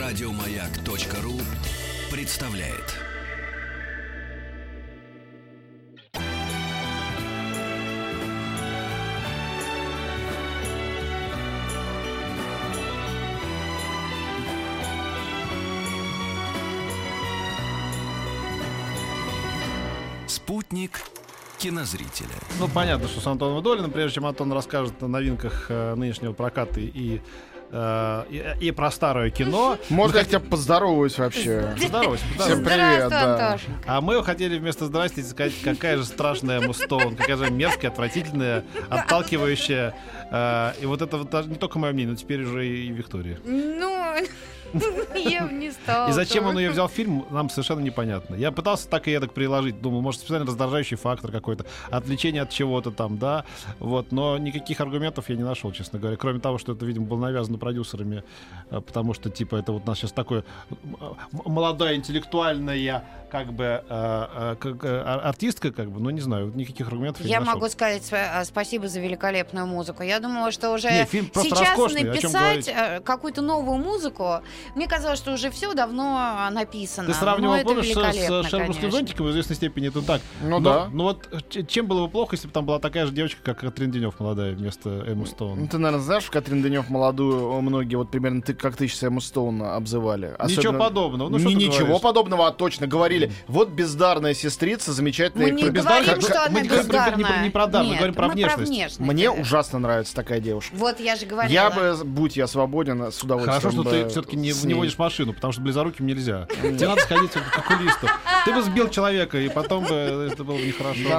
Радиомаяк.ру представляет. Спутник кинозрителя. Ну, понятно, что с Антоном Долиным, прежде чем Антон расскажет о новинках нынешнего проката и про старое кино. Можно я тебя поздороваюсь вообще? Поздоровайся. Всем привет, да. А мы хотели вместо «здрасте» сказать, какая же страшная Эмма Стоун, какая же мерзкая, отвратительная, отталкивающая. И вот это вот даже не только мое мнение, но теперь уже и Виктория. Я бы не стала. И зачем он ее взял в фильм, нам совершенно непонятно. Я пытался так и эдак приложить. Думаю, может, специально раздражающий фактор какой-то, отвлечение от чего-то там, да. Вот, но никаких аргументов я не нашел, честно говоря. Кроме того, что это, видимо, было навязано продюсерами, потому что, типа, это вот у нас сейчас такое молодая, интеллектуальная, как бы, артистка, как бы, ну, не знаю, никаких аргументов я не нашел. Я могу сказать спасибо за великолепную музыку. Я думала, что уже сейчас роскошный, написать какую-то новую музыку, мне казалось, что уже все давно написано. Ты сравнивал, помнишь, с «Шербургским зонтиком» в известной степени это так. Ну да. Ну вот чем было бы плохо, если бы там была такая же девочка, как Катрин Денев молодая вместо Эммы Стоун? Ну, ты, наверное, знаешь, Катрин Денев молодую многие вот примерно как ты сейчас Эмму Стоун обзывали. Ничего подобного. Ну, ничего подобного, а точно говорили. Вот бездарная сестрица, замечательная. Мы не говорим, что она бездарная. Не про дар, мы говорим про внешность. Мне ужасно нравится такая девушка. Вот я же говорила. Я бы, будь я свободен, с удовольствием. Хорошо, что ты все-таки не водишь машину, потому что близоруким нельзя. Тебе надо сходить к окулисту. Ты бы сбил человека, и потом бы это было бы нехорошо.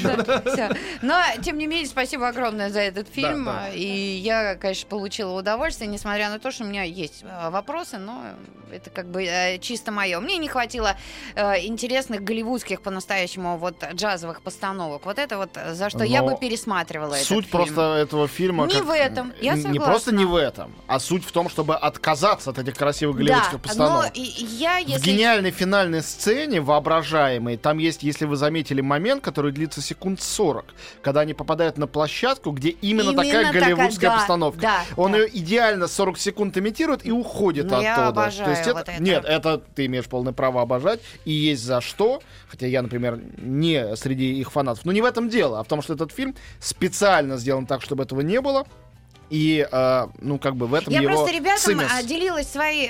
Но, тем не менее, спасибо огромное за этот фильм. И я, конечно, получила удовольствие, несмотря на то, что у меня есть вопросы, но это как бы чисто мое. Мне не хватило интересных голливудских по-настоящему вот джазовых постановок. Вот это вот за что я бы пересматривала этот фильм. Суть просто этого фильма... Не в этом, я согласна. Не просто не в этом, а суть в том, чтобы отказаться от этих красивых голливудских постановок. В гениальной финальной сцене, воображаемой, там есть, если вы заметили, момент, который длится секунд 40, когда они попадают на площадку, где именно такая голливудская постановка. Он ее идеально 40 секунд имитирует и уходит оттуда. Я обожаю то есть это... Нет, это ты имеешь полное право обожать, и есть за что. Хотя я, например, не среди их фанатов. Но не в этом дело, а в том, что этот фильм специально сделан так, чтобы этого не было. И, ну, как бы в этом я его просто ребятам цимес. делилась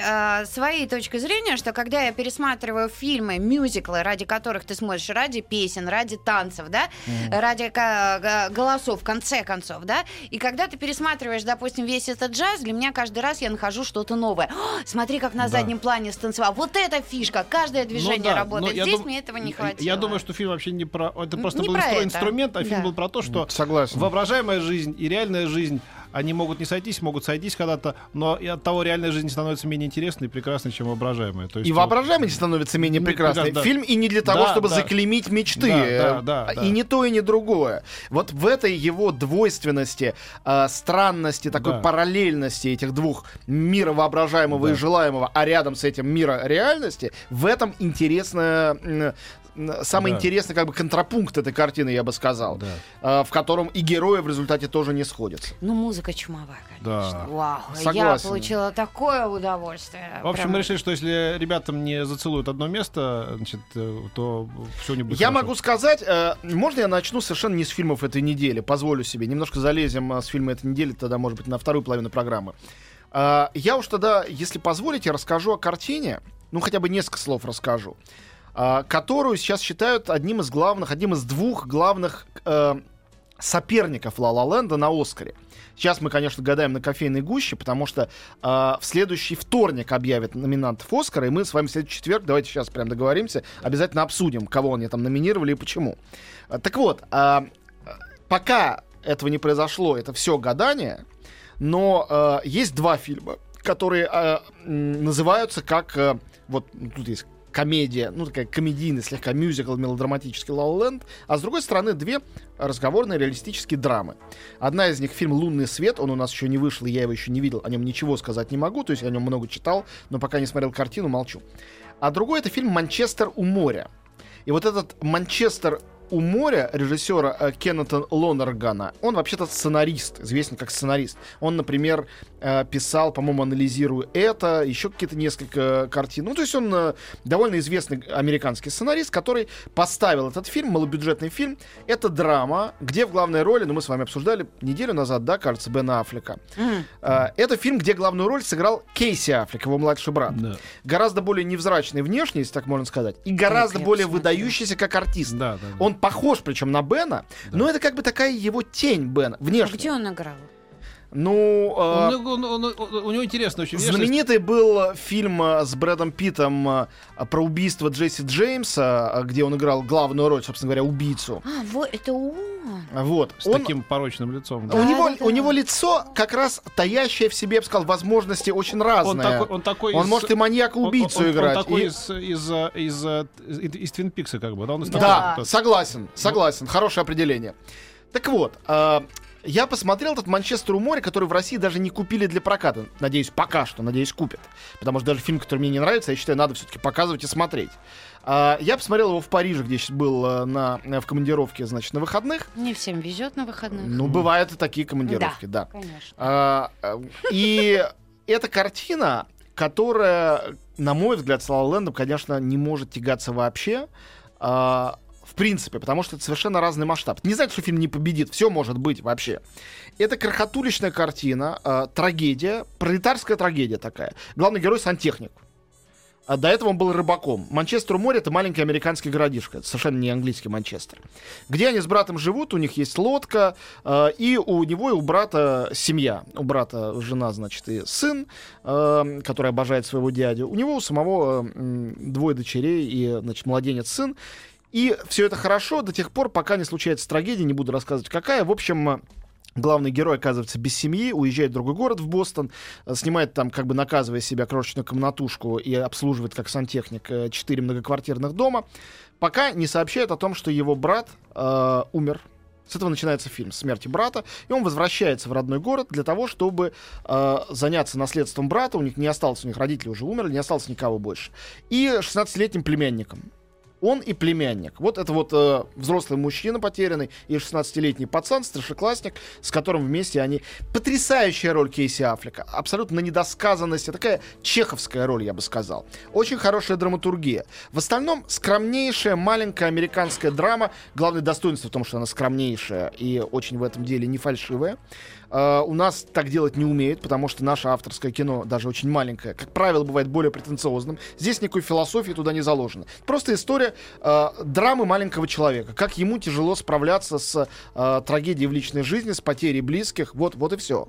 своей точкой зрения, что когда я пересматриваю фильмы, мюзиклы, ради которых ты смотришь, ради песен, ради танцев, да, ради голосов, в конце концов, да, и когда ты пересматриваешь, допустим, весь этот джаз, для меня каждый раз я нахожу что-то новое. Смотри, как на заднем плане станцевал. Вот эта фишка, каждое движение работает. Здесь мне этого не хватило. Я думаю, что фильм вообще не про... Это просто не был про инструмент, а фильм был про то, что воображаемая жизнь и реальная жизнь, они могут не сойтись, могут сойтись когда-то, но и от того реальная жизнь становится менее интересной и прекрасной, чем воображаемая. То есть, и воображаемая становится менее прекрасной. Фильм и не для того, чтобы заклеймить мечты. И не то, и не другое. Вот в этой его двойственности, странности, такой параллельности этих двух мира воображаемого и желаемого, а рядом с этим мира реальности, в этом интересная... Самый интересный как бы контрапункт этой картины, я бы сказал, в котором и герои в результате тоже не сходятся. Ну, музыка чумовая, конечно. Вау, согласен. Я получила такое удовольствие. В общем, мы решили, что если ребятам не зацелуют одно место, значит, то все не будет Я хорошо. могу сказать, можно я начну совершенно не с фильмов этой недели, позволю себе. Немножко залезем с фильма этой недели, тогда, может быть, на вторую половину программы. Я уж тогда, если позволите, расскажу о картине, ну, хотя бы несколько слов расскажу, которую сейчас считают одним из двух главных соперников «Ла Ла Ленда» на «Оскаре». Сейчас мы, конечно, гадаем на кофейной гуще, потому что в следующий вторник объявят номинантов «Оскара», и мы с вами в следующий четверг, давайте сейчас прям договоримся, обязательно обсудим, кого они там номинировали и почему. Так вот, пока этого не произошло, это все гадание, но есть два фильма, которые называются как... вот тут есть комедия, ну такая комедийная, слегка мюзикл, мелодраматический «Ла Ла Ленд», а с другой стороны две разговорные реалистические драмы. Одна из них фильм «Лунный свет», он у нас еще не вышел, и я его еще не видел, о нем ничего сказать не могу, то есть я о нем много читал, но пока не смотрел картину, молчу. А другой это фильм «Манчестер у моря». И вот этот Манчестер у моря» режиссера Кеннета Лонергана, он вообще-то сценарист, известен как сценарист. Он, например, писал, по-моему, «Анализирую это», еще какие-то несколько картин. Ну, то есть он довольно известный американский сценарист, который поставил этот фильм, малобюджетный фильм. Это драма, где в главной роли, ну, мы с вами обсуждали неделю назад, да, кажется, Бена Аффлека. Это фильм, где главную роль сыграл Кейси Аффлек, его младший брат. Да. Гораздо более невзрачный внешне, если так можно сказать, и гораздо более выдающийся как артист. Да. Он похож, причем на Бена, но это как бы такая его тень Бена, А внешне. где он играл? Ну, У него интересно очень внешность. знаменитый был фильм с Брэдом Питтом про убийство Джесси Джеймса, где он играл главную роль, собственно говоря, убийцу. А, вот это он. Вот. С таким порочным лицом. У него лицо как раз таящее в себе, я бы сказал, возможности очень разные. Он может и маньяка-убийцу играть. Он такой из Твин Пикса, как бы. Да, согласен. Хорошее определение. Так вот, я посмотрел этот «Манчестер у моря», который в России даже не купили для проката. Надеюсь, пока что, купят. Потому что даже фильм, который мне не нравится, я считаю, надо все-таки показывать и смотреть. Я посмотрел его в Париже, где сейчас был в командировке, значит, на выходных. Не всем везет на выходных. Ну, бывают и такие командировки, да. Конечно. И эта картина, которая, на мой взгляд, с «Ла Ла Лэндом», конечно, не может тягаться вообще. В принципе, потому что это совершенно разный масштаб. Не значит, что фильм не победит. Все может быть вообще. Это крохотуличная картина, трагедия, пролетарская трагедия такая. Главный герой — сантехник. До этого он был рыбаком. Манчестер у моря — это маленький американский городишко. Это совершенно не английский Манчестер. Где они с братом живут, у них есть лодка, и у него и у брата семья. У брата жена, значит, и сын, который обожает своего дядю. У него у самого 2 дочерей и, значит, младенец сын. И все это хорошо до тех пор, пока не случается трагедия, не буду рассказывать какая. В общем, главный герой оказывается без семьи, уезжает в другой город, в Бостон, снимает там, как бы наказывая себя, крошечную комнатушку и обслуживает как сантехник 4 многоквартирных дома, пока не сообщает о том, что его брат умер. С этого начинается фильм «Смерти брата», и он возвращается в родной город для того, чтобы заняться наследством брата. У них не осталось, у них родители уже умерли, не осталось никого больше. И 16-летним племянником. Он и племянник. Вот это вот взрослый мужчина потерянный и 16-летний пацан, старшеклассник, с которым вместе они... Потрясающая роль Кейси Аффлека. Абсолютно недосказанность. Такая чеховская роль, я бы сказал. Очень хорошая драматургия. В остальном скромнейшая маленькая американская драма. Главное достоинство в том, что она скромнейшая и очень в этом деле не фальшивая. У нас так делать не умеют, потому что наше авторское кино, даже очень маленькое, как правило, бывает более претенциозным. Здесь никакой философии туда не заложено. Просто история драмы маленького человека. Как ему тяжело справляться с трагедией в личной жизни, с потерей близких. Вот и все.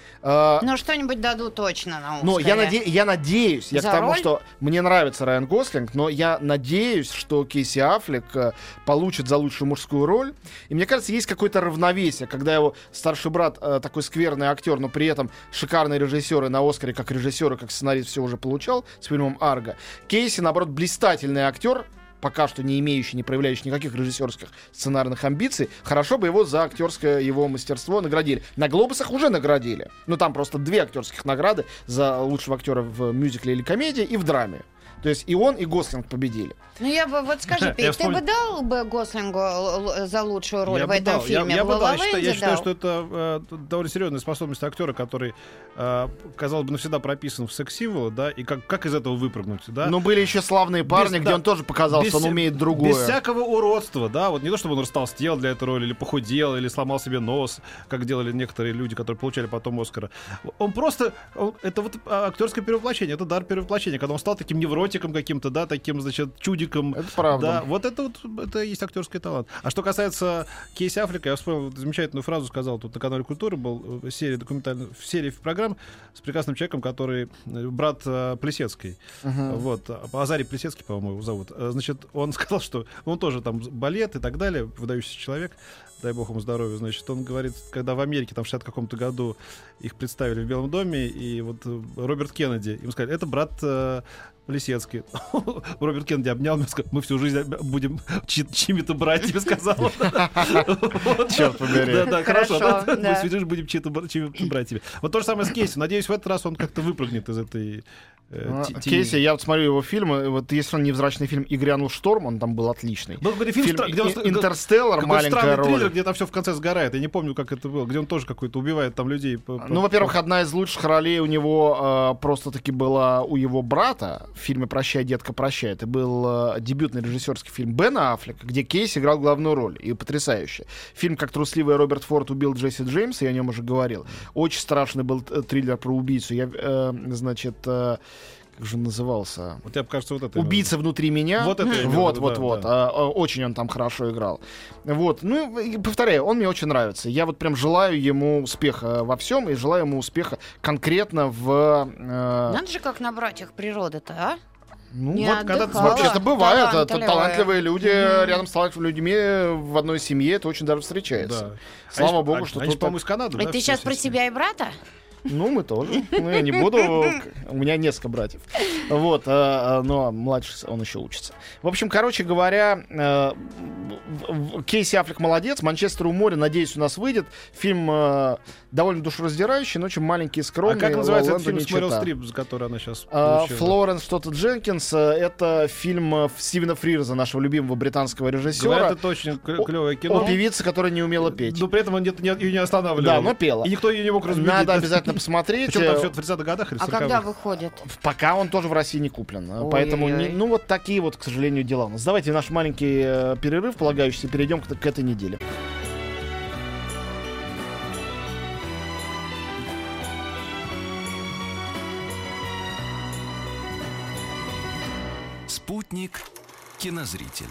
Ну, что-нибудь дадут точно на Оскаре. Но я надеюсь, я к тому, что мне нравится Райан Гослинг, но я надеюсь, что Кейси Аффлек получит за лучшую мужскую роль. И мне кажется, есть какое-то равновесие, когда его старший брат такой скверный актер, но при этом шикарный режиссер, и на Оскаре как режиссер и как сценарист все уже получал с фильмом «Арго». Кейси, наоборот, блистательный актер, пока что не имеющий, не проявляющий никаких режиссерских сценарных амбиций, хорошо бы его за актерское его мастерство наградили. На «Глобусах» уже наградили. Ну, там просто 2 актерских награды за лучшего актера в мюзикле или комедии и в драме. То есть и он, и Гослинг победили. Ну, я бы, вот скажи, Петь, ты бы дал бы Гослингу за лучшую роль в этом фильме? Я бы дал. Я считаю, что это довольно серьезная способность актера, который, казалось бы, навсегда прописан в секс-символы, да, и как из этого выпрыгнуть, да? Но были еще «Славные парни», где он тоже показал, что он умеет другое. Без всякого уродства, да, вот не то, чтобы он растолстел для этой роли, или похудел, или сломал себе нос, как делали некоторые люди, которые получали потом Оскара. Он просто, это вот актерское перевоплощение, это дар перевоплощения, когда он стал таким невротиком каким-то, да, таким, значит, чудиком. Это правда. Да, вот это и есть актерский талант. А что касается Кейси Аффлека, я вспомнил замечательную фразу, сказал тут на канале «Культура», был серия документальных, серия программ с прекрасным человеком, который брат Плесецкой. Вот, Азарий Плесецкий, по-моему, его зовут. Значит, он сказал, что он тоже там балет и так далее, выдающийся человек, дай бог ему здоровья, значит, он говорит, когда в Америке, там, в 60 каком-то году их представили в Белом доме, и вот Роберт Кеннеди, им сказали, это брат Плесецкий. Роберт Кеннеди обнял меня, сказал, мы всю жизнь будем чьими-то братьями, сказал. Черт побери. Да, хорошо, мы всю жизнь будем чьими-то братьями. Вот то же самое с Кейси. Надеюсь, в этот раз он как-то выпрыгнет из этой Кейси, я вот смотрю его фильмы, вот если он невзрачный фильм «И грянул шторм», он там был отличный. Был какой-то фильм, где он «Интерстеллар», маленькая роль. триллер, где там все в конце сгорает. Я не помню, как это было, где он тоже какой-то убивает там людей. Ну, во-первых, одна из лучших ролей у него просто-таки была у его брата в фильме «Прощай, детка, прощай». Это был дебютный режиссерский фильм Бена Аффлека, где Кейси играл главную роль. И потрясающе. Фильм «Как трусливый Роберт Форд убил Джесси Джеймса», я о нем уже говорил. Очень страшный был триллер про убийцу. Как же он назывался? Вот тебе кажется, вот это. «Убийца внутри меня». Вот это. Вот. Очень он там хорошо играл. Вот. Ну, и повторяю, он мне очень нравится. Я вот прям желаю ему успеха во всем и желаю ему успеха конкретно в... Надо же, как на «Братьях природы»-то, а? Ну, не вот когда отдыхала. вообще-то бывает, Талантливая. талантливые люди рядом с талантливыми людьми в одной семье, это очень даже встречается. Да. Слава богу, что они, тут... по-моему, из Канады, И да, ты все сейчас про естественно. себя и брата? Ну, мы тоже. Ну, я не буду. У меня несколько братьев. Вот. Но младший, он еще учится. В общем, короче говоря, Кейси Аффлек молодец. «Манчестер у моря», надеюсь, у нас выйдет. Фильм довольно душераздирающий, но очень маленький и скромный. А как называется «Ла этот Ла фильм Ленда» с Мэрил не чита. Стрип, за который она сейчас получила? Флоренс что-то Дженкинс. Это фильм Стивена Фрирза, нашего любимого британского режиссера. Говорят, это очень клевое кино. О певице, которая не умела петь. Но при этом он где-то ее не останавливал. Да, но пела. И никто ее не мог разбудить. Надо обязательно посмотреть. Причем там все в 30-х годах или А 40-х? когда выходит? Пока он тоже в России не куплен. Ой-ой-ой. Поэтому, ну, вот такие вот, к сожалению, дела у нас. Давайте наш маленький перерыв, полагающийся, перейдем к этой неделе. Спутник кинозрителя.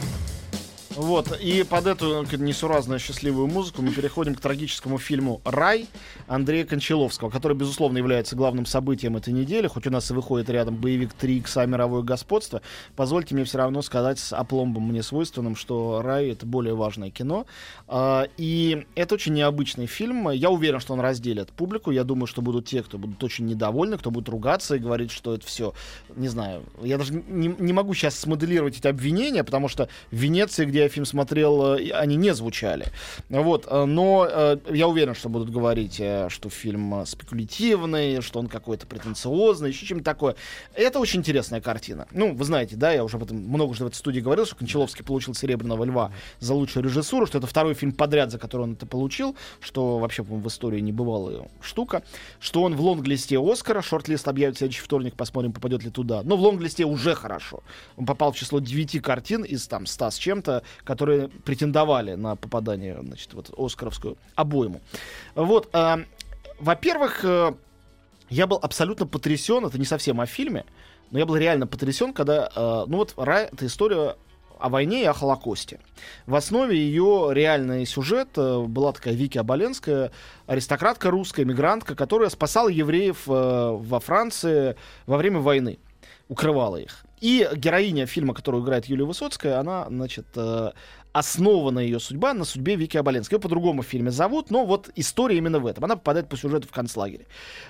Вот, и под эту несуразную счастливую музыку мы переходим к трагическому фильму «Рай» Андрея Кончаловского, который, безусловно, является главным событием этой недели, хоть у нас и выходит рядом боевик 3 икса «Мировое господство». Позвольте мне все равно сказать с опломбом мне свойственным, что «Рай» — это более важное кино. И это очень необычный фильм. Я уверен, что он разделит публику. Я думаю, что будут те, кто будут очень недовольны, кто будет ругаться и говорить, что это все, не знаю. Я даже не могу сейчас смоделировать эти обвинения, потому что в Венеции, где я фильм смотрел, они не звучали. Вот. Но я уверен, что будут говорить, что фильм спекулятивный, что он какой-то претенциозный, еще чем-то такое. Это очень интересная картина. Ну, вы знаете, да, я уже об этом много уже в этой студии говорил, что Кончаловский получил «Серебряного льва» за лучшую режиссуру, что это второй фильм подряд, за который он это получил, что вообще, по-моему, в истории небывалая штука, что он в лонглисте Оскара, шорт-лист объявит в следующий вторник, посмотрим, попадет ли туда. Но в лонглисте уже хорошо. Он попал в число 9 картин из там 100 с чем-то, которые претендовали на попадание, значит, вот оскаровскую обойму. Вот, во-первых, я был абсолютно потрясен, это не совсем о фильме, но я был реально потрясен, когда, ну вот, «Рай» — это история о войне и о Холокосте. В основе ее реальный сюжет была такая Вики Оболенская, аристократка русская, мигрантка, которая спасала евреев во Франции во время войны, укрывала их. И героиня фильма, которую играет Юлия Высоцкая, она, значит, основана ее судьба на судьбе Вики Оболенской. Ее по-другому в фильме зовут, но вот история именно в этом. Она попадает по сюжету в концлагерь,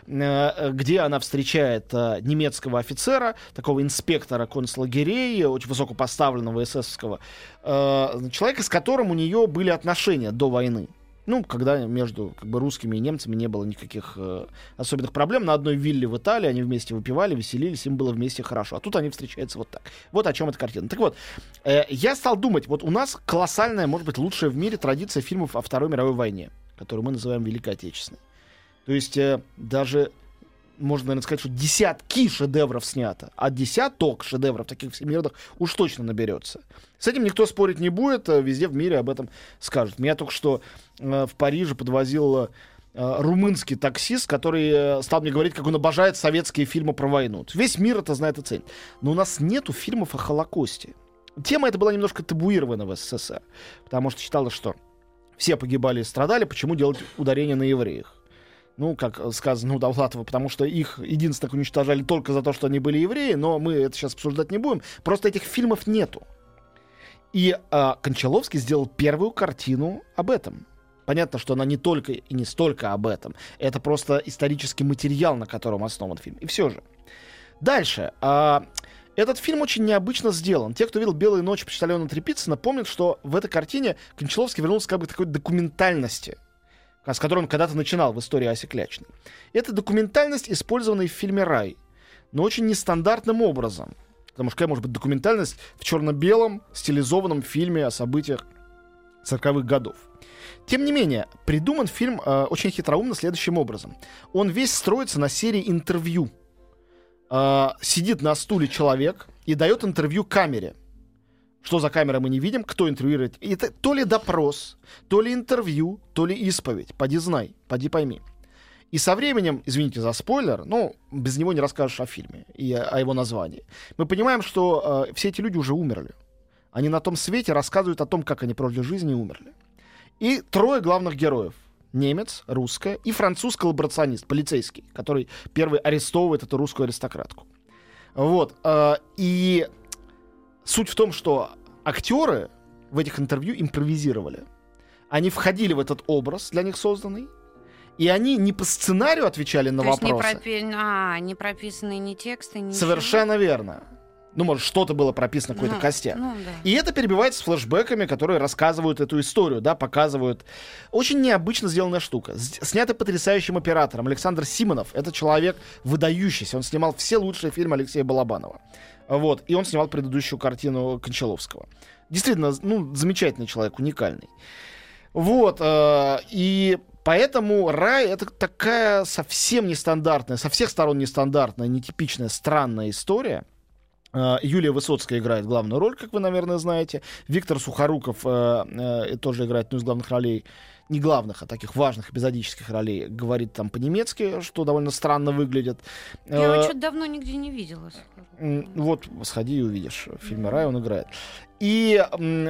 где она встречает немецкого офицера, такого инспектора концлагерей, очень высокопоставленного эсэсовского человека, с которым у нее были отношения до войны. Ну, когда между как бы русскими и немцами не было никаких особенных проблем. На одной вилле в Италии они вместе выпивали, веселились, им было вместе хорошо. А тут они встречаются вот так. Вот о чем эта картина. Так вот, я стал думать, вот у нас колоссальная, может быть, лучшая в мире традиция фильмов о Второй мировой войне, которую мы называем Великой Отечественной. То есть даже... можно, наверное, сказать, что десятки шедевров снято, а десяток шедевров таких всемирных уж точно наберется. С этим никто спорить не будет, везде в мире об этом скажут. Меня только что в Париже подвозил румынский таксист, который стал мне говорить, как он обожает советские фильмы про войну. Весь мир это знает и ценит. Но у нас нету фильмов о Холокосте. Тема эта была немножко табуирована в СССР, потому что считалось, что все погибали и страдали, почему делать ударение на евреях? Ну, как сказано у Довлатова, потому что их единственных уничтожали только за то, что они были евреи, но мы это сейчас обсуждать не будем. Просто этих фильмов нету. И Кончаловский сделал первую картину об этом. Понятно, что она не только и не столько об этом. Это просто исторический материал, на котором основан фильм. И все же. Дальше. Этот фильм очень необычно сделан. Те, кто видел «Белые ночи» Почтальона Трепицына, помнят, что в этой картине Кончаловский вернулся как бы к такой документальности, с которой он когда-то начинал в истории Аси Клячиной. Эта документальность использована и в фильме «Рай». но очень нестандартным образом. Потому что какая может быть документальность в черно-белом стилизованном фильме о событиях 40-х годов. Тем не менее, придуман фильм очень хитроумно следующим образом. Он весь строится на серии интервью. Сидит на стуле человек и дает интервью камере. Что за камера, мы не видим, кто интервьюирует. Это то ли допрос, то ли интервью, то ли исповедь. Поди знай, поди пойми. И со временем, извините за спойлер, но без него не расскажешь о фильме и о его названии. Мы понимаем, что все эти люди уже умерли. Они на том свете рассказывают о том, как они прожили жизнь и умерли. И 3 главных героев. Немец, русская и француз-коллаборационист, полицейский, который первый арестовывает эту русскую аристократку. Вот. И суть в том, что актеры в этих интервью импровизировали. Они входили в этот образ, для них созданный, и они не по сценарию отвечали на вопросы. Не прописанные ни тексты, ни Совершенно верно. Ну, может, что-то было прописано, какой-то костяк. Да. И это перебивается флешбэками, которые рассказывают эту историю, да, показывают. Очень необычно сделанная штука. Снято потрясающим оператором. Александр Симонов — это человек выдающийся. Он снимал все лучшие фильмы Алексея Балабанова. Вот. И он снимал предыдущую картину Кончаловского. Действительно, замечательный человек, уникальный. Вот. И поэтому «Рай» — это такая совсем нестандартная, со всех сторон нестандартная, нетипичная, странная история. Юлия Высоцкая играет главную роль, как вы, наверное, знаете. Виктор Сухоруков тоже играет одну из главных ролей. Не главных, а таких важных эпизодических ролей. Говорит там по-немецки, что довольно странно выглядит. Я его что-то давно нигде не видела. Вот, сходи и увидишь. В фильме «Рай» он играет. И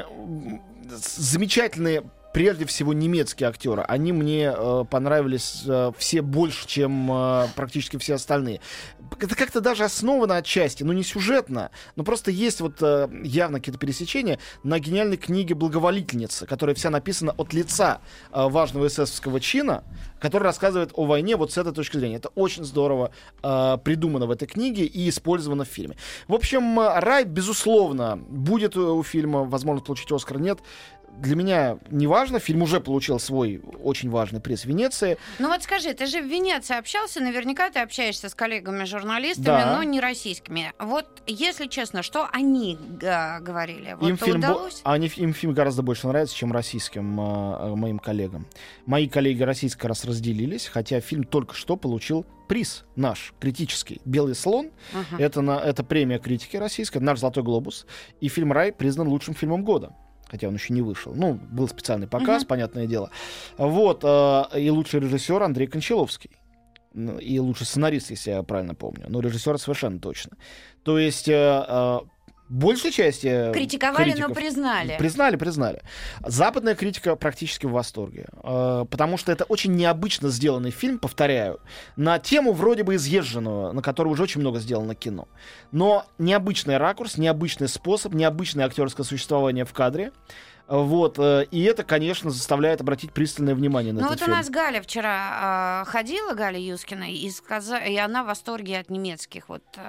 замечательные, прежде всего, немецкие актеры. Они мне понравились все больше, чем практически все остальные. Это как-то даже основано отчасти, не сюжетно, но просто есть вот явно какие-то пересечения на гениальной книге «Благоволительница», которая вся написана от лица важного эсэсовского чина, который рассказывает о войне вот с этой точки зрения. Это очень здорово придумано в этой книге и использовано в фильме. В общем, «Рай», безусловно, будет у фильма возможность получить «Оскар», нет. Для меня не важно, фильм уже получил свой очень важный приз в Венеции. Ну вот скажи, ты же в Венеции общался, наверняка ты общаешься с коллегами-журналистами, да, но не российскими. Вот, если честно, что они говорили? Вот им фильм, удалось? Им фильм гораздо больше нравится, чем российским моим коллегам. Мои коллеги российские как раз разделились, хотя фильм только что получил приз наш, критический, «Белый слон». Это премия критики российской, наш «Золотой глобус». И фильм «Рай» признан лучшим фильмом года. Хотя он еще не вышел. Был специальный показ, понятное дело. Вот. И лучший режиссер Андрей Кончаловский. И лучший сценарист, если я правильно помню. Но режиссер совершенно точно. То есть большей части критиковали, критиков, но признали. Признали. Западная критика практически в восторге. Потому что это очень необычно сделанный фильм, повторяю, на тему вроде бы изъезженную, на которой уже очень много сделано кино. Но необычный ракурс, необычный способ, необычное актерское существование в кадре. Вот, и это, конечно, заставляет обратить пристальное внимание на этот фильм. У нас Галя вчера ходила, Галя Юскина, и она в восторге от немецких.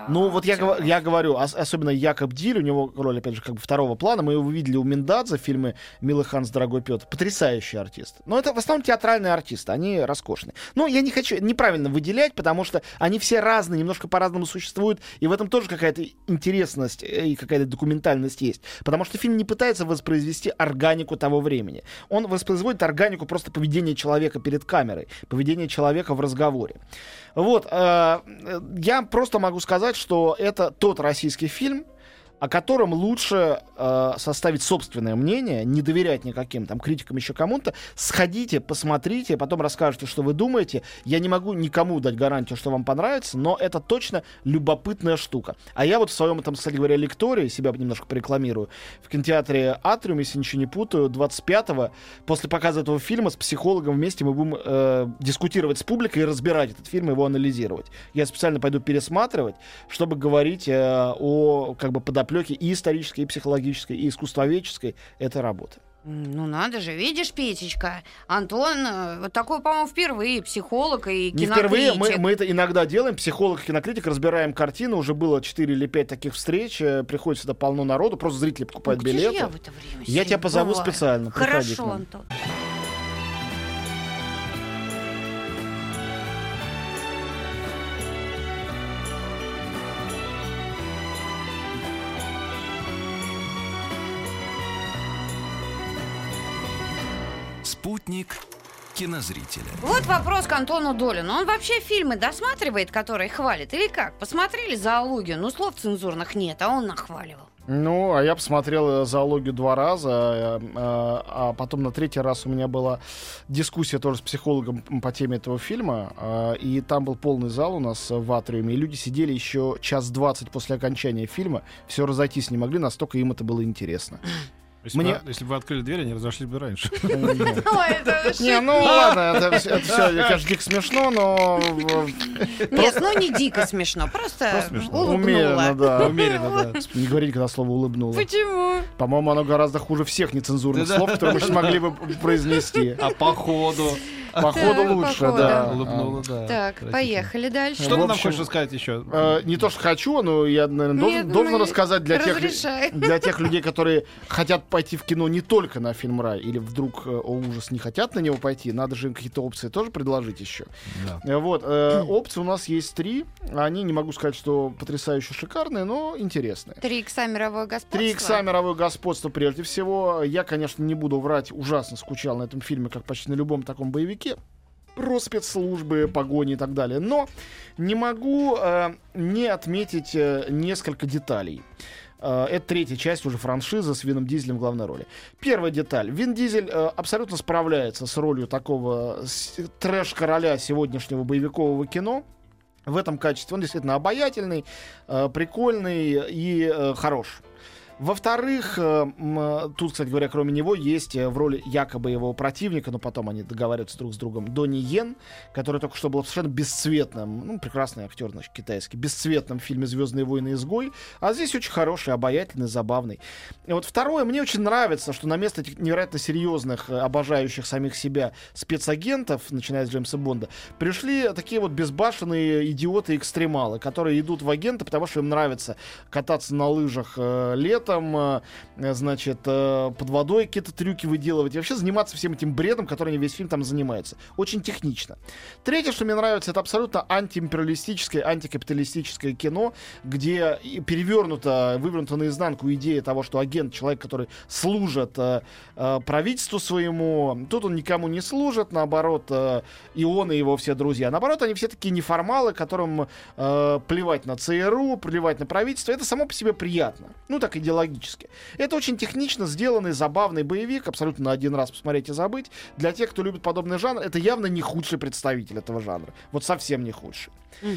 Я говорю, особенно Якоб Диль, у него роль, опять же, как бы второго плана. Мы его видели у Миндадзе в фильме «Милый Ханс, дорогой Петр». Потрясающий артист. Но это в основном театральные артисты, они роскошные. Я не хочу неправильно выделять, потому что они все разные, немножко по-разному существуют, и в этом тоже какая-то интересность и какая-то документальность есть. Потому что фильм не пытается воспроизвести органику того времени. Он воспроизводит органику просто поведения человека перед камерой, поведения человека в разговоре. Вот. Я просто могу сказать, что это тот российский фильм, о котором лучше составить собственное мнение, не доверять никаким там критикам, еще кому-то. Сходите, посмотрите, потом расскажете, что вы думаете. Я не могу никому дать гарантию, что вам понравится, но это точно любопытная штука. А я вот в своем, кстати говоря, лектории, себя немножко порекламирую, в кинотеатре «Атриум», если ничего не путаю, 25-го, после показа этого фильма с психологом вместе мы будем дискутировать с публикой и разбирать этот фильм, его анализировать. Я специально пойду пересматривать, чтобы говорить о подоплеке и исторической, и психологической, и искусствоведческой этой работы. Надо же, видишь, Петечка, Антон, вот такой, по-моему, впервые психолог и кинокритик. Не впервые, мы это иногда делаем, психолог и кинокритик, разбираем картину, уже было 4 или 5 таких встреч, приходит сюда полно народу, просто зрители покупают билеты. Я в это время я тебя позову специально. Хорошо, Антон. Спутник кинозрителя. Вот вопрос к Антону Долину. Он вообще фильмы досматривает, которые хвалит, или как? Посмотрели «Зоологию», ну слов цензурных нет, а он нахваливал. Ну, а я посмотрел «Зоологию» 2 раза, а потом на 3-й раз у меня была дискуссия тоже с психологом по теме этого фильма, и там был полный зал у нас в атриуме, и люди сидели еще 1:20 после окончания фильма, все разойтись не могли, настолько им это было интересно. Если бы вы открыли дверь, они разошлись бы раньше. Не, ну ладно, это все, конечно, дико смешно, но... Нет, ну не дико смешно, просто умеренно, да. Умеренно, да. Не говорите, когда слово улыбнуло. Почему? По-моему, оно гораздо хуже всех нецензурных слов, которые мы могли бы произнести. А по ходу? По ходу лучше, да. Улыбнула, да. Так, поехали дальше. Что ты нам хочешь сказать еще? Не то, что хочу, но я, наверное, должен рассказать для тех людей, которые хотят пойти в кино не только на фильм «Рай», или вдруг, о ужас, не хотят на него пойти, надо же им какие-то опции тоже предложить еще. Да. Вот, опции у нас есть 3. Они, не могу сказать, что потрясающе шикарные, но интересные. 3 икса мировое господство. 3 икса мировое господство прежде всего. Я, конечно, не буду врать, ужасно скучал на этом фильме, как почти на любом таком боевике. Про спецслужбы, погони и так далее. Но не могу не отметить несколько деталей. Это 3-я часть уже франшизы с Вином Дизелем в главной роли. Первая деталь. Вин Дизель абсолютно справляется с ролью такого трэш-короля сегодняшнего боевикового кино. В этом качестве он действительно обаятельный, прикольный и хорош. Во-вторых, тут, кстати говоря, кроме него есть в роли якобы его противника, но потом они договариваются друг с другом, Донни Йен, который только что был совершенно бесцветным, ну, прекрасный актер, значит, китайский, бесцветном фильме «Звездные войны. Изгой», а здесь очень хороший, обаятельный, забавный. И вот второе, мне очень нравится, что на место этих невероятно серьезных, обожающих самих себя спецагентов, начиная с Джеймса Бонда, пришли такие вот безбашенные идиоты-экстремалы, которые идут в агенты, потому что им нравится кататься на лыжах летом, значит, под водой какие-то трюки выделывать и вообще заниматься всем этим бредом, который они весь фильм там занимаются. Очень технично. Третье, что мне нравится, это абсолютно антиимпериалистическое, антикапиталистическое кино, где перевернута, вывернута наизнанку идея того, что агент, человек, который служит правительству своему, тут он никому не служит, наоборот, и он, и его все друзья. Наоборот, они все такие неформалы, которым плевать на ЦРУ, плевать на правительство. Это само по себе приятно. Ну, так идеологически. Это очень технично сделанный, забавный боевик, абсолютно на один раз посмотреть и забыть. Для тех, кто любит подобный жанр, это явно не худший представитель этого жанра. Вот совсем не худший.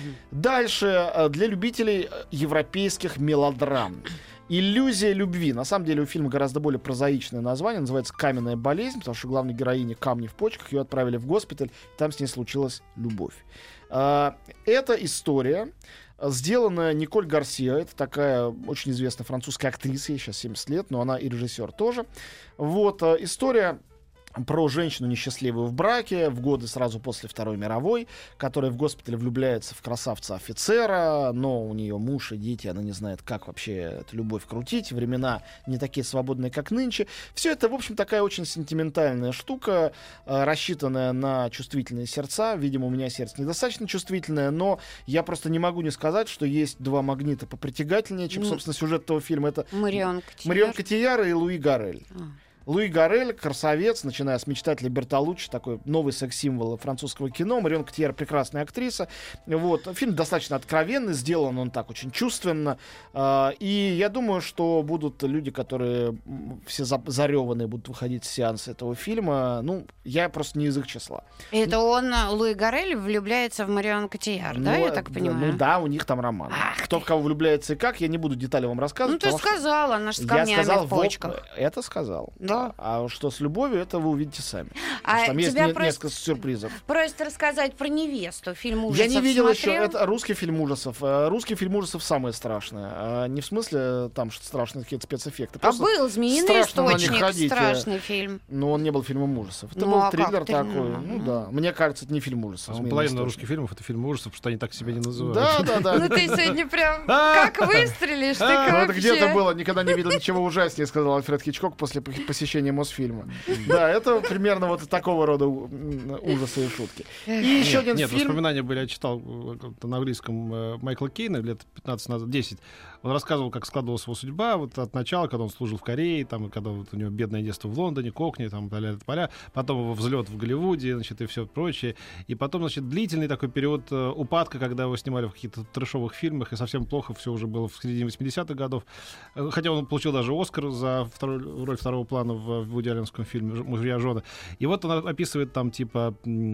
Дальше, для любителей европейских мелодрам. «Иллюзия любви». На самом деле у фильма гораздо более прозаичное название. Называется «Каменная болезнь», потому что главной героине камни в почках. Ее отправили в госпиталь, там с ней случилась любовь. Это история, сделана Николь Гарсиа. Это такая очень известная французская актриса. Ей сейчас 70 лет, но она и режиссер тоже. Вот, история про женщину несчастливую в браке в годы сразу после Второй мировой, которая в госпитале влюбляется в красавца-офицера, но у нее муж и дети, она не знает, как вообще эту любовь крутить. Времена не такие свободные, как нынче. Все это, в общем, такая очень сентиментальная штука, рассчитанная на чувствительные сердца. Видимо, у меня сердце недостаточно чувствительное, но я просто не могу не сказать, что есть 2 магнита попритягательнее, чем, собственно, сюжет этого фильма. Это Марион Котийяр и Луи Гаррель. Луи Гаррель, красавец, начиная с «Мечтателя Бертолуччи», такой новый секс-символ французского кино. Марион Котийяр прекрасная актриса. Вот. Фильм достаточно откровенный, сделан он так очень чувственно. И я думаю, что будут люди, которые все зареванные будут выходить с сеанса этого фильма. Ну, я просто не из их числа. Это он, Луи Гаррель, влюбляется в Марион Котийяр, да, я так понимаю? Ну да, у них там роман. Кто в кого влюбляется и как, я не буду детали вам рассказывать. Ну ты сказала, она же с камнями в почках. Это сказал. Да. А что с любовью, это вы увидите сами. Там есть несколько сюрпризов. Просят рассказать про невесту, фильм ужасов. Я не видел смотрел? еще. Это русский фильм ужасов. Русский фильм ужасов самое страшное. Не в смысле там что страшные какие-то спецэффекты. А был «Змеиный источник», страшный фильм. Но он не был фильмом ужасов. Это был триллер такой. Ну да. Мне кажется, это не фильм ужасов. Половина русских фильмов — это фильмы ужасов, потому что они так себя не называют. Да. Ну ты сегодня прям как выстрелишь, ты как это где-то было. Никогда не видел ничего ужаснее, сказал Альфред Хичкок после посещения посещения Мосфильма. Да, это примерно вот такого рода ужасы и шутки. И еще один Нет, фильм... воспоминания были, я читал на английском Майкла Кейна лет 15 назад, 10. Он рассказывал, как складывалась его судьба вот от начала, когда он служил в Корее, там, и когда вот у него бедное детство в Лондоне, Кокни, там, поля, потом его взлет в Голливуде, значит, и все прочее. И потом, значит, длительный такой период упадка, когда его снимали в каких-то трэшовых фильмах, и совсем плохо все уже было в середине 80-х годов. Хотя он получил даже Оскар за роль второго плана в Вуди Алленском фильме «Мужья жены». И вот он описывает там, типа,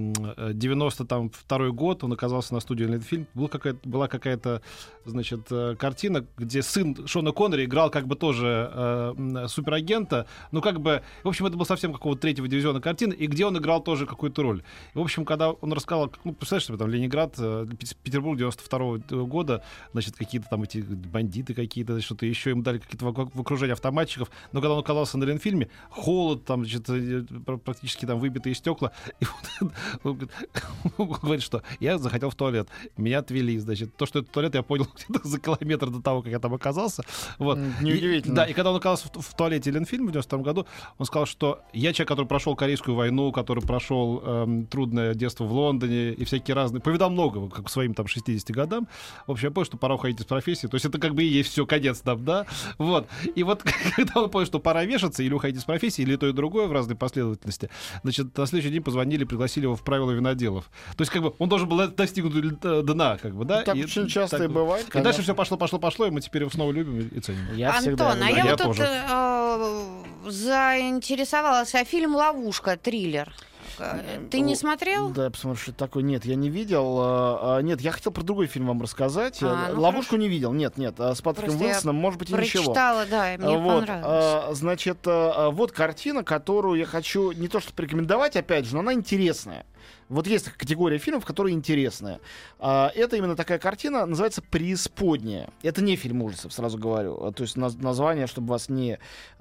92-й год, он оказался на студии фильм, была какая-то, значит, картина, где сын Шона Коннери играл как бы тоже суперагента, ну как бы, в общем, это был совсем какого-то третьего дивизиона картины, и где он играл тоже какую-то роль. И, в общем, когда он рассказал, ну, представляешь себе, там, Ленинград, Петербург 92-го года, значит, какие-то там эти бандиты какие-то, что-то еще, им дали какие-то в окружении автоматчиков, но когда он оказался на Ленфильме, холод, там, значит, практически там выбитые стекла, и вот, он говорит, что я захотел в туалет, меня отвели, значит, то, что это туалет, я понял где-то за километр до того, как я там оказался. Вот. Неудивительно. Да, и когда он оказался в туалете Ленфильма в 92 году, он сказал, что я человек, который прошел Корейскую войну, который прошел трудное детство в Лондоне и всякие разные, повидал много, как к своим там 60 годам. В общем, я понял, что пора уходить из профессии. То есть это как бы и есть все, конец там, да? Вот. И вот когда он понял, что пора вешаться или уходить из профессии, или то и другое в разной последовательности, значит, на следующий день позвонили, пригласили его в правила виноделов. То есть как бы он должен был достигнуть дна, как бы, да? Ну, так и очень часто так, и бывает. И дальше все пошло, и мы теперь его снова любим и ценим. Антон, а я вот тут тоже заинтересовалась, а фильм «Ловушка», триллер. Ты не смотрел? Да, я посмотрю, что это такое. Нет, я не видел. Нет, я хотел про другой фильм вам рассказать. «Ловушку» не видел. Нет, с Патриком Уилсоном, может быть, и ничего. Прочитала, да, мне понравилось. Значит, вот картина, которую я хочу не то что порекомендовать, опять же, но она интересная. Вот есть категория фильмов, которые интересные. Это именно такая картина, называется «Преисподняя». Это не фильм ужасов, сразу говорю. То есть название, чтобы вас не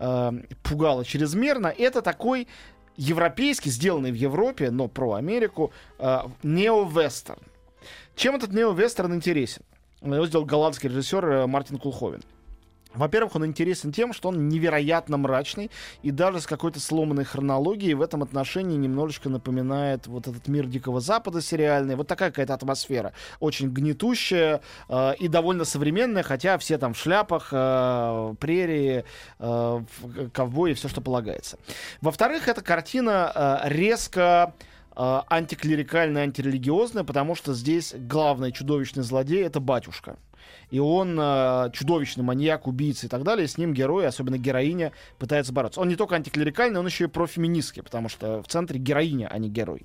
пугало чрезмерно. Это такой европейский, сделанный в Европе, но про Америку, нео-вестерн. Чем этот нео-вестерн интересен? Его сделал голландский режиссер Мартин Кулховен. Во-первых, он интересен тем, что он невероятно мрачный и даже с какой-то сломанной хронологией в этом отношении немножечко напоминает вот этот мир Дикого Запада сериальный. Вот такая какая-то атмосфера. Очень гнетущая и довольно современная, хотя все там в шляпах, прерии, ковбои, все, что полагается. Во-вторых, эта картина резко антиклерикальная, антирелигиозная, потому что здесь главный чудовищный злодей — это батюшка. И он чудовищный маньяк, убийца и так далее. И с ним герой, особенно героиня, пытается бороться. Он не только антиклерикальный, он еще и профеминистский, потому что в центре героиня, а не герой.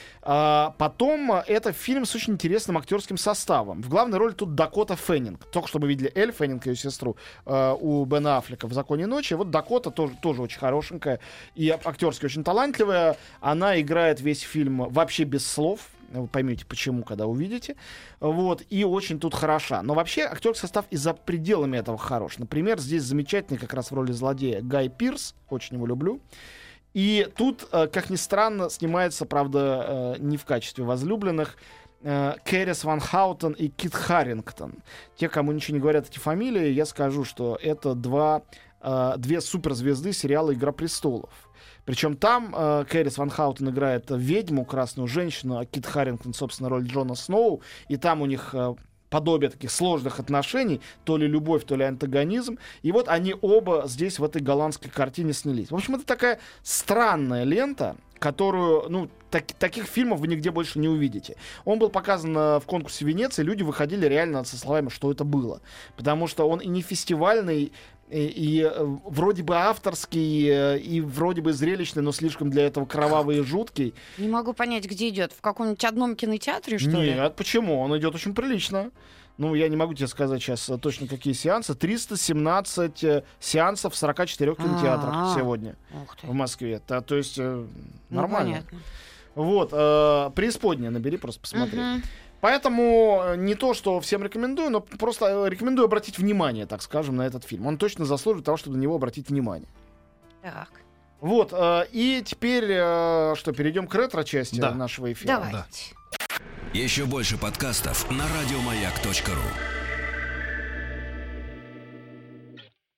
Потом это фильм с очень интересным актерским составом. В главной роли тут Дакота Феннинг. Только что мы видели Эль Феннинг, ее сестру, у Бена Аффлека в «Законе ночи». Вот Дакота тоже очень хорошенькая и актерски очень талантливая. Она играет весь фильм вообще без слов. Вы поймете, почему, когда увидите. Вот. И очень тут хороша. Но вообще актерский состав и за пределами этого хорош. Например, здесь замечательный как раз в роли злодея Гай Пирс. Очень его люблю. И тут, как ни странно, снимается, правда, не в качестве возлюбленных, Кэрис Ван Хаутен и Кит Харрингтон. Те, кому ничего не говорят эти фамилии, я скажу, что это две суперзвезды сериала «Игра престолов». Причем там Кэрис Ван Хаутен играет ведьму, красную женщину, а Кит Харрингтон, собственно, роль Джона Сноу. И там у них подобие таких сложных отношений, то ли любовь, то ли антагонизм. И вот они оба здесь в этой голландской картине снялись. В общем, это такая странная лента, которую, таких фильмов вы нигде больше не увидите. Он был показан в конкурсе Венеции, люди выходили реально со словами, что это было. Потому что он и не фестивальный, и вроде бы авторский, и вроде бы зрелищный, но слишком для этого кровавый и жуткий. Не могу понять, где идет. В каком-нибудь одном кинотеатре, что ли? Нет, почему? Он идет очень прилично. Я не могу тебе сказать сейчас точно, какие сеансы. 317 сеансов в 44 кинотеатрах сегодня в Москве. То есть нормально. Вот, «Преисподняя» набери, просто посмотри. Поэтому не то, что всем рекомендую, но просто рекомендую обратить внимание, так скажем, на этот фильм. Он точно заслуживает того, чтобы на него обратить внимание. Так. Вот, и теперь, перейдем к ретро-части нашего эфира. Давайте. Еще больше подкастов на радиомаяк.ру.